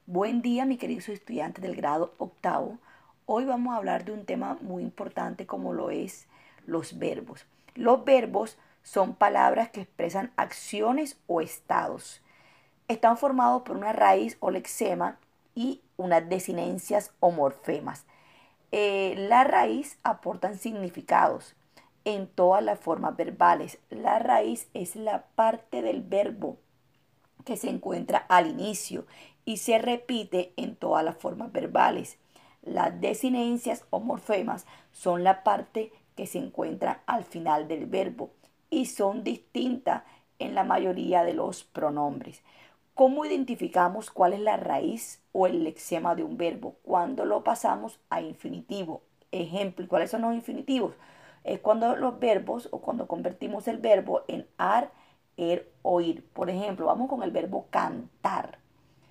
Buen día, mi queridos estudiantes del grado octavo. Hoy vamos a hablar de un tema muy importante como lo es los verbos. Los verbos son palabras que expresan acciones o estados. Están formados por una raíz o lexema y unas desinencias o morfemas. La raíz aportan significados en todas las formas verbales. La raíz es la parte del verbo que se encuentra al inicio y se repite en todas las formas verbales. Las desinencias o morfemas son la parte que se encuentra al final del verbo y son distintas en la mayoría de los pronombres. ¿Cómo identificamos cuál es la raíz o el lexema de un verbo? Cuando lo pasamos a infinitivo. Ejemplo, ¿cuáles son los infinitivos? Es cuando los verbos o cuando convertimos el verbo en ar, oír. Por ejemplo, vamos con el verbo cantar.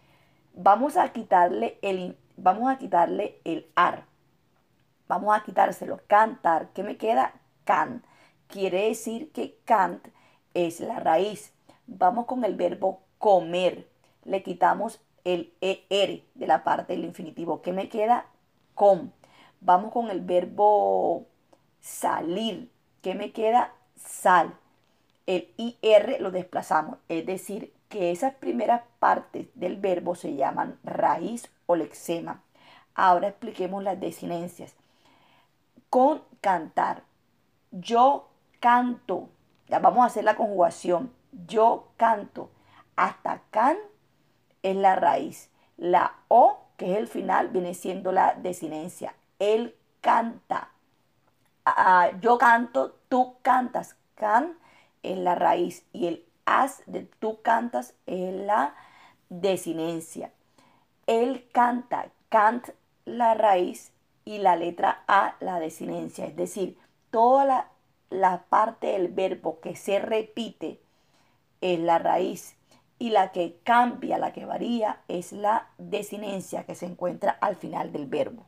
Vamos a quitarle el ar. Vamos a quitárselo. Cantar. ¿Qué me queda? Can. Quiere decir que cant es la raíz. Vamos con el verbo comer. Le quitamos el er de la parte del infinitivo. ¿Qué me queda? Com. Vamos con el verbo salir. ¿Qué me queda? Sal. El IR lo desplazamos, es decir, que esas primeras partes del verbo se llaman raíz o lexema. Ahora expliquemos las desinencias. Con cantar, yo canto, ya vamos a hacer la conjugación, yo canto, hasta can es la raíz, la O, que es el final, viene siendo la desinencia, él canta, yo canto, tú cantas, can es la raíz y el as de tú cantas es la desinencia. Él canta, cant la raíz y la letra A la desinencia. Es decir, toda la parte del verbo que se repite es la raíz y la que cambia, la que varía es la desinencia que se encuentra al final del verbo.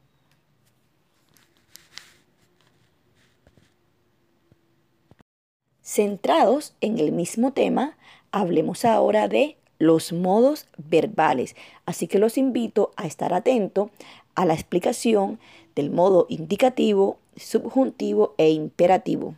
Centrados en el mismo tema, hablemos ahora de los modos verbales. Así que los invito a estar atentos a la explicación del modo indicativo, subjuntivo e imperativo.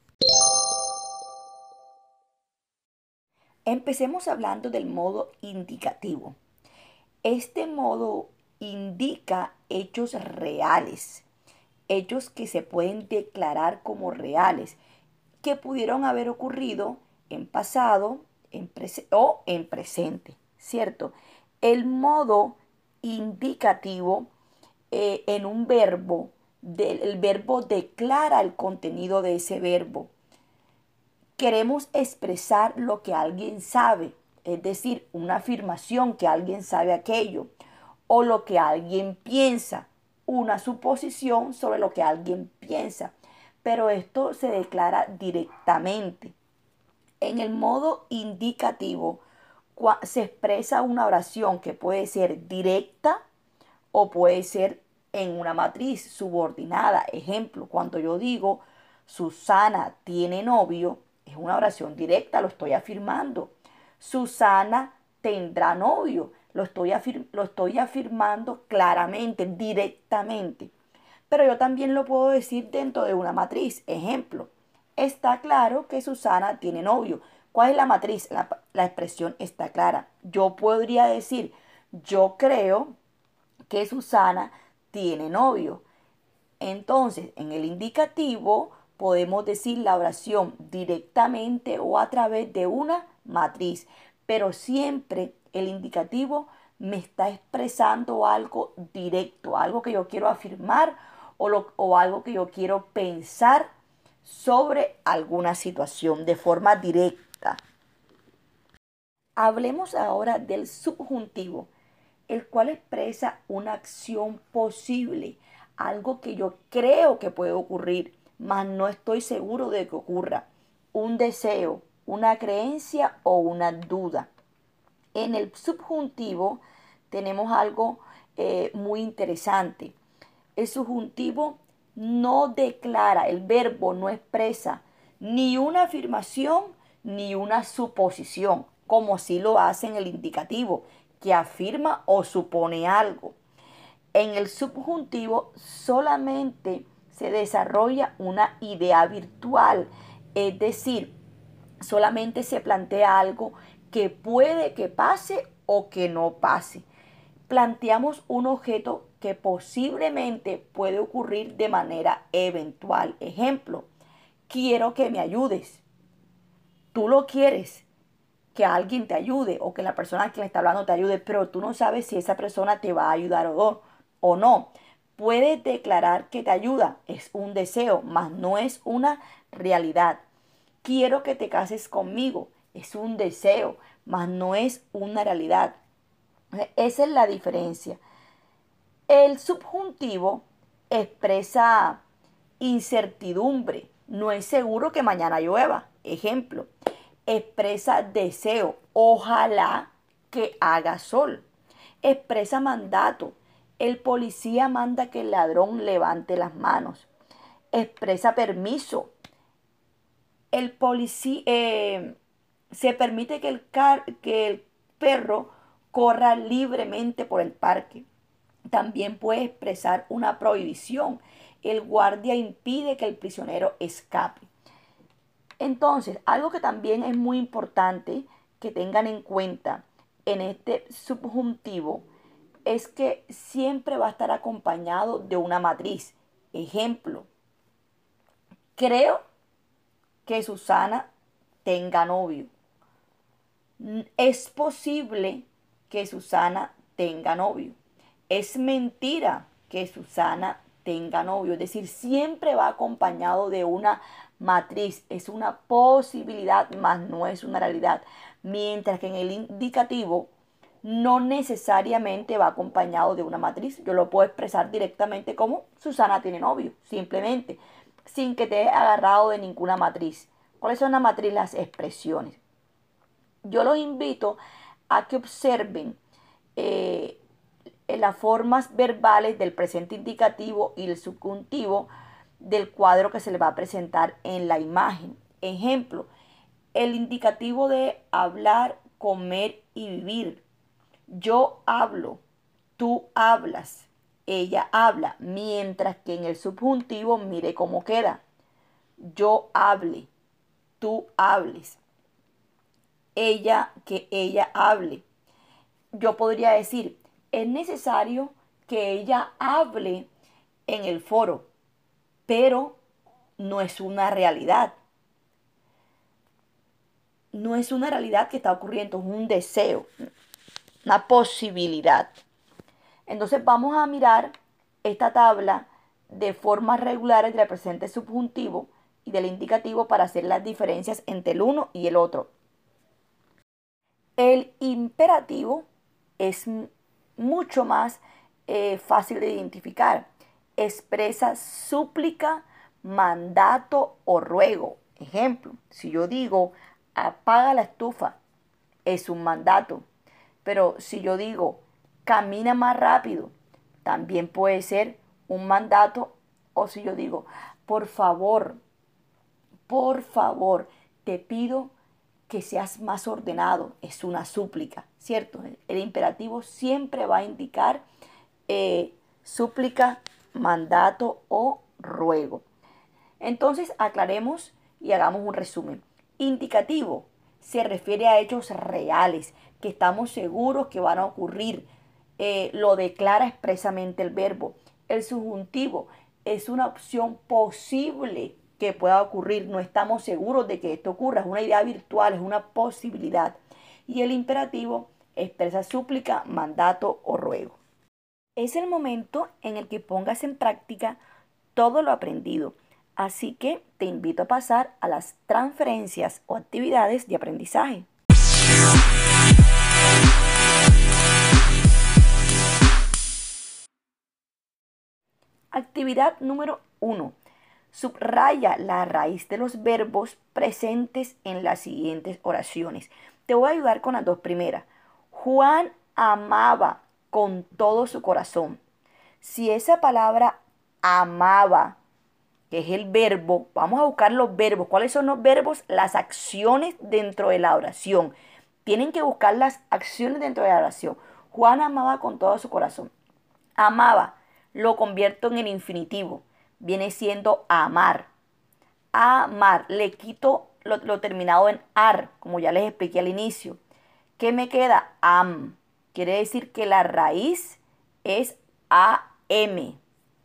Empecemos hablando del modo indicativo. Este modo indica hechos reales, hechos que se pueden declarar como reales, que pudieron haber ocurrido en pasado o en presente, ¿cierto? El modo indicativo en un verbo, el verbo declara el contenido de ese verbo. Queremos expresar lo que alguien sabe, es decir, una afirmación que alguien sabe aquello, o lo que alguien piensa, una suposición sobre lo que alguien piensa. Pero esto se declara directamente. En el modo indicativo se expresa una oración que puede ser directa o puede ser en una matriz subordinada. Ejemplo, cuando yo digo Susana tiene novio, es una oración directa, lo estoy afirmando. Susana tendrá novio, lo estoy afirmando claramente, directamente. Pero yo también lo puedo decir dentro de una matriz. Ejemplo, está claro que Susana tiene novio. ¿Cuál es la matriz? La expresión está clara. Yo podría decir, yo creo que Susana tiene novio. Entonces, en el indicativo podemos decir la oración directamente o a través de una matriz, pero siempre el indicativo me está expresando algo directo, algo que yo quiero afirmar o algo que yo quiero pensar sobre alguna situación de forma directa. Hablemos ahora del subjuntivo, el cual expresa una acción posible, algo que yo creo que puede ocurrir, mas no estoy seguro de que ocurra, un deseo, una creencia o una duda. En el subjuntivo tenemos algo muy interesante. El subjuntivo no declara, el verbo no expresa ni una afirmación ni una suposición, como si lo hace en el indicativo, que afirma o supone algo. En el subjuntivo solamente se desarrolla una idea virtual, es decir, solamente se plantea algo que puede que pase o que no pase. Planteamos un objeto que posiblemente puede ocurrir de manera eventual. Ejemplo, quiero que me ayudes. Tú lo quieres, que alguien te ayude o que la persona que le está hablando te ayude, pero tú no sabes si esa persona te va a ayudar o no. Puedes declarar que te ayuda, es un deseo, mas no es una realidad. Quiero que te cases conmigo, es un deseo, mas no es una realidad. Esa es la diferencia. El subjuntivo expresa incertidumbre, no es seguro que mañana llueva. Ejemplo, expresa deseo, ojalá que haga sol. Expresa mandato, el policía manda que el ladrón levante las manos. Expresa permiso, el policía se permite que el perro corra libremente por el parque. También puede expresar una prohibición. El guardia impide que el prisionero escape. Entonces, algo que también es muy importante que tengan en cuenta en este subjuntivo es que siempre va a estar acompañado de una matriz. Ejemplo, creo que Susana tenga novio. Es posible que Susana tenga novio. Es mentira que Susana tenga novio. Es decir, siempre va acompañado de una matriz. Es una posibilidad, más no es una realidad. Mientras que en el indicativo no necesariamente va acompañado de una matriz. Yo lo puedo expresar directamente como Susana tiene novio, simplemente, sin que te haya agarrado de ninguna matriz. ¿Cuáles son las matrices? Las expresiones. Yo los invito a que observen las formas verbales del presente indicativo y el subjuntivo del cuadro que se le va a presentar en la imagen. Ejemplo, el indicativo de hablar, comer y vivir. Yo hablo, tú hablas, ella habla, mientras que en el subjuntivo mire cómo queda. Yo hable, tú hables, que ella hable. Yo podría decir, es necesario que ella hable en el foro, pero no es una realidad. No es una realidad que está ocurriendo, es un deseo, una posibilidad. Entonces vamos a mirar esta tabla de formas regulares del presente subjuntivo y del indicativo para hacer las diferencias entre el uno y el otro. El imperativo es mucho más fácil de identificar. Expresa súplica, mandato o ruego. Ejemplo, si yo digo apaga la estufa, es un mandato. Pero si yo digo camina más rápido, también puede ser un mandato. O si yo digo por favor, te pido que seas más ordenado, es una súplica, ¿cierto? El imperativo siempre va a indicar súplica, mandato o ruego. Entonces aclaremos y hagamos un resumen. Indicativo se refiere a hechos reales que estamos seguros que van a ocurrir. Lo declara expresamente el verbo. El subjuntivo es una opción posible que pueda ocurrir. No estamos seguros de que esto ocurra. Es una idea virtual, es una posibilidad. Y el imperativo expresa súplica, mandato o ruego. Es el momento en el que pongas en práctica todo lo aprendido. Así que te invito a pasar a las transferencias o actividades de aprendizaje. Actividad número 1. Subraya la raíz de los verbos presentes en las siguientes oraciones. Te voy a ayudar con las dos primeras. Juan amaba con todo su corazón. Si esa palabra amaba, que es el verbo, vamos a buscar los verbos. ¿Cuáles son los verbos? Las acciones dentro de la oración. Tienen que buscar las acciones dentro de la oración. Juan amaba con todo su corazón. Amaba, lo convierto en el infinitivo. Viene siendo amar. Amar, le quito lo terminado en ar, como ya les expliqué al inicio. ¿Qué me queda? Am. Quiere decir que la raíz es AM.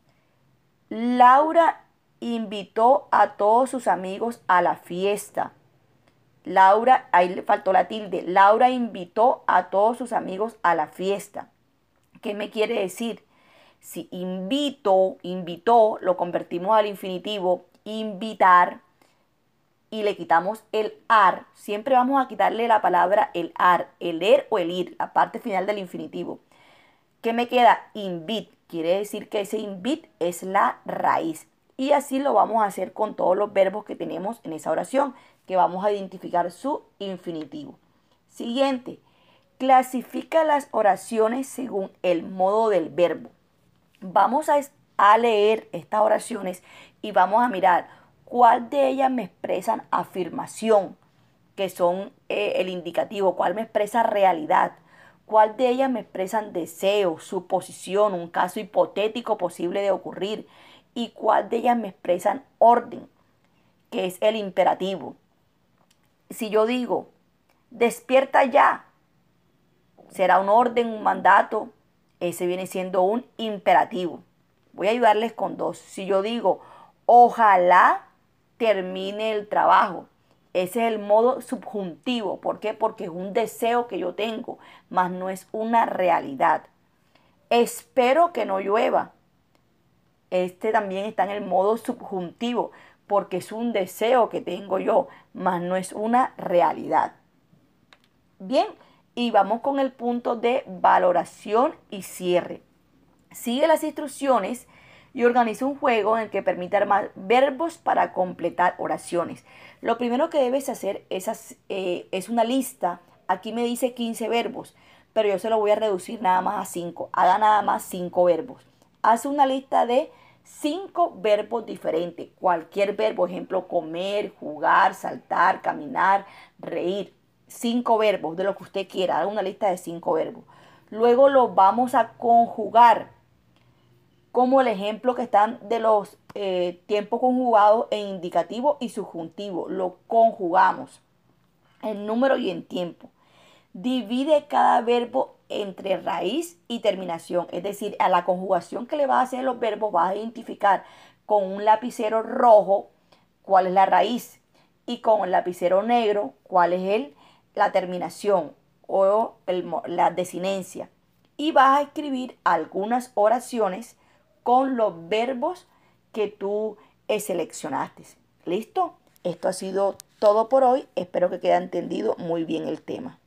Laura invitó a todos sus amigos a la fiesta. Laura, ahí le faltó la tilde. Laura invitó a todos sus amigos a la fiesta. ¿Qué me quiere decir? Si invitó, lo convertimos al infinitivo, invitar, y le quitamos el ar, siempre vamos a quitarle la palabra el ar, el er o el ir, la parte final del infinitivo. ¿Qué me queda? Invit. Quiere decir que ese invit es la raíz. Y así lo vamos a hacer con todos los verbos que tenemos en esa oración, que vamos a identificar su infinitivo. Siguiente. Clasifica las oraciones según el modo del verbo. Vamos a leer estas oraciones y vamos a mirar cuál de ellas me expresan afirmación, que son el indicativo, cuál me expresa realidad, cuál de ellas me expresan deseo, suposición, un caso hipotético posible de ocurrir, y cuál de ellas me expresan orden, que es el imperativo. Si yo digo, despierta ya, será un orden, un mandato, ese viene siendo un imperativo. Voy a ayudarles con dos. Si yo digo, ojalá termine el trabajo, ese es el modo subjuntivo. ¿Por qué? Porque es un deseo que yo tengo, mas no es una realidad. Espero que no llueva. Este también está en el modo subjuntivo, porque es un deseo que tengo yo, mas no es una realidad. Bien, y vamos con el punto de valoración y cierre. Sigue las instrucciones y organiza un juego en el que permite armar verbos para completar oraciones. Lo primero que debes hacer es una lista. Aquí me dice 15 verbos, pero yo se lo voy a reducir nada más a 5. Haga nada más 5 verbos. Haz una lista de 5 verbos diferentes. Cualquier verbo, ejemplo, comer, jugar, saltar, caminar, reír. 5 verbos de lo que usted quiera. Haga una lista de 5 verbos. Luego los vamos a conjugar, como el ejemplo que están de los tiempos conjugados en indicativo y subjuntivo. Lo conjugamos en número y en tiempo. Divide cada verbo entre raíz y terminación. Es decir, a la conjugación que le vas a hacer los verbos vas a identificar con un lapicero rojo cuál es la raíz y con el lapicero negro cuál es la terminación o la desinencia. Y vas a escribir algunas oraciones con los verbos que tú seleccionaste. ¿Listo? Esto ha sido todo por hoy. Espero que quede entendido muy bien el tema.